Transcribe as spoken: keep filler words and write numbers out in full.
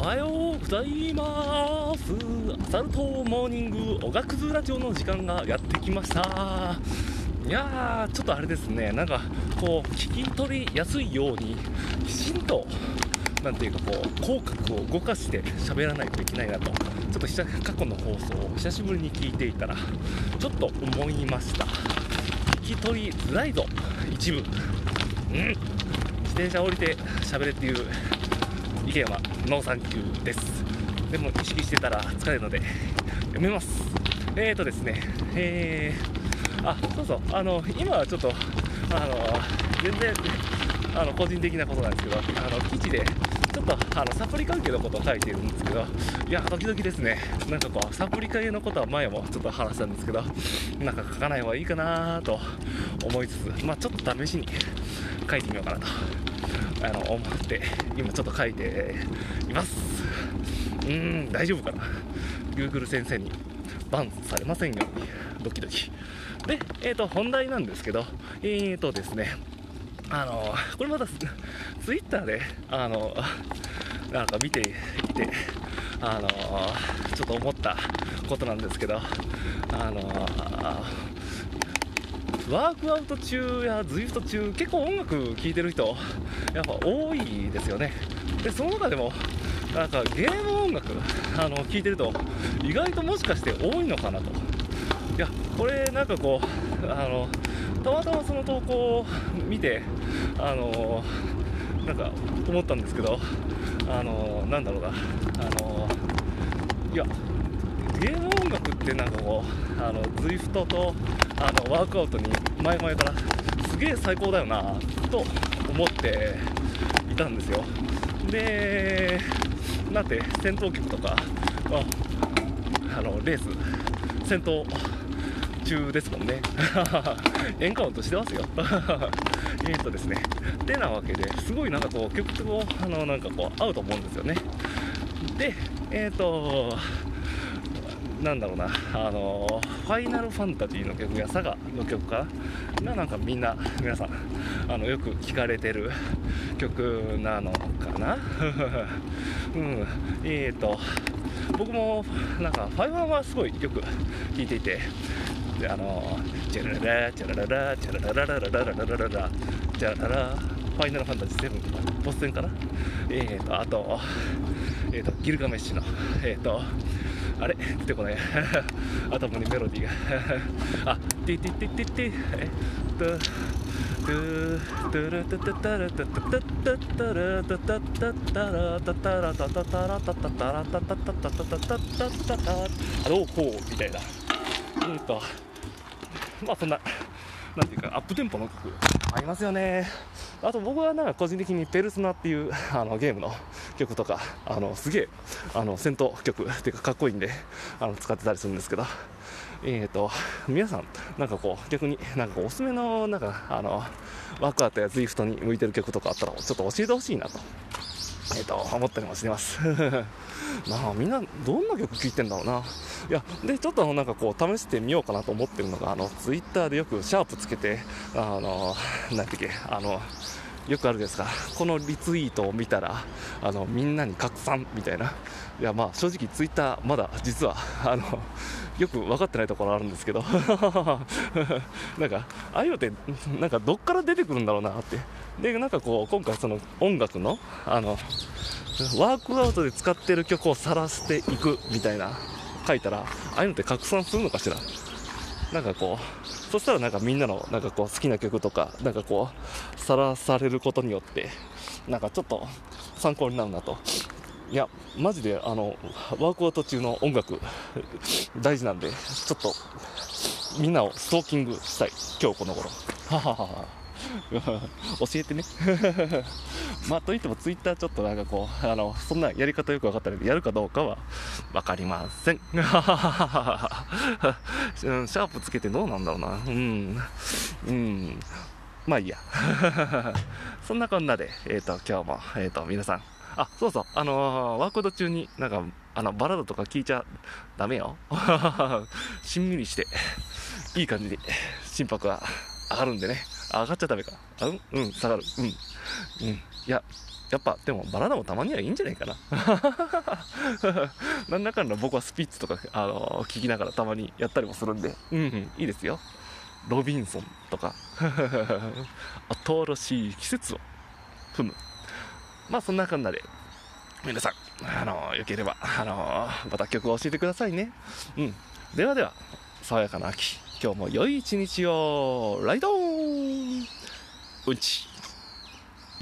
はようございます。アサルトモーニングおがくずラジオの時間がやってきました。いやーちょっとあれですね、なんかこう聞き取りやすいようにきちんとなんていうかこう口角を動かして喋らないといけないなと、ちょっと過去の放送を久しぶりに聞いていたらちょっと思いました。聞き取りづらいぞ一部。うん自転車降りて喋れっていう池山ノーサンキューです。でも意識してたら疲れるのでやめます。えーとですねえー、あそうそうあの今はちょっとあの全然あの個人的なことなんですけど、あの記事でちょっとあのサプリ関係のことを書いているんですけど、いや時々ですね、なんかこうサプリ系のことは前もちょっと話したんですけど、なんか書かない方がいいかなと思いつつ、まあちょっと試しに書いてみようかなとあの思って今ちょっと書いています。うーん大丈夫かな、 Google 先生にバンされませんようにドキドキで、えーと本題なんですけど、えーとですねあのこれまたツイッターであのなんか見ていてあのちょっと思ったことなんですけど、あのワークアウト中やズイフト中結構音楽聴いてる人やっぱ多いですよね。でその中でもなんかゲーム音楽あの聴いてると意外ともしかして多いのかなと。いやこれなんかこうあのたまたまその投稿を見てあのなんか思ったんですけど、あのなんだろうなあのいやゲーム音楽ってなんかこうあの ズイフト とあのワークアウトに前々からすげえ最高だよなと思っていたんですよ。でなんて戦闘曲とかあのレース戦闘中ですもんねエンカウントしてますよえっとですねでなわけですごいなんかこう曲とあのなんかこう合うと思うんですよね。でえっ、ー、となんだろうなあのファイナルファンタジーの曲やサガの曲かながなんかみんな皆さんあのよく聴かれてる曲なのかなうんえっ、ー、と僕もなんかファイナルはすごいよく聴いていて、であのチャララチャラララチャララララララララララチャララファイナルファンタジーセブンかなボス戦かな、えーとあとえーとギルガメッシュのえーとあれ出てこない頭にメロディーがあティティティティティえっとトゥトゥルタタタラタタタタタラタタタタラタタラタタタラタタタラタタタタタタタタタあどうこうみたいな、えっとまあそんななんていうかアップテンポの曲ありますよね。あと僕はなんか個人的にペルソナっていうあのゲームの曲とかあのすげえあの戦闘曲っていうかかっこいいんであの使ってたりするんですけど、えーと皆さんなんかこう逆になんかこうおすすめのなんかあのワークアウトやズイフトに向いてる曲とかあったらちょっと教えてほしいなと。えー、と思ったりもしてますまあみんなどんな曲聴いてんだろうな。いやでちょっとなんかこう試してみようかなと思ってるのが、あのツイッターでよくシャープつけてあのなんていうっけあのよくあるですか、このリツイートを見たらあのみんなに拡散みたいな。いやまあ正直ツイッターまだ実はあのよく分かってないところあるんですけどなんかああいうのってなんかどっから出てくるんだろうなって。でなんかこう今回その音楽のあのワークアウトで使ってる曲を晒していくみたいな書いたら、ああいうのって拡散するのかしら。なんかこうそしたらなんかみんなのなんかこう好きな曲とかなんかこう晒されることによってなんかちょっと参考になるなと。いやマジであのワークアウト中の音楽大事なんで、ちょっとみんなをストーキングしたい今日この頃はははは教えてねまあといってもツイッターちょっとなんかこうあのそんなやり方よく分かったのでやるかどうかは分かりませんシャープつけてどうなんだろうな。うんうんまあいいやそんなこんなでえっ、ー、と今日もえっ、ー、と皆さんあそうそうあのー、ワークアウト中になんかあのバラードとか聞いちゃダメよしんみりしていい感じで心拍が上がるんでね。上がっちゃダメか。うん、うん、下がる。うん、うん。いや、 やっぱでもバラードもたまにはいいんじゃないかななんだかんだ僕はスピッツとか、あのー、聞きながらたまにやったりもするんで、うん、うん、いいですよ。ロビンソンとか新しい季節を踏む。まあそんなかんなで皆さん、あのー、よければ、あのー、また曲を教えてくださいね。うん。ではでは、爽やかな秋、今日も良い一日をライドーン。うんち。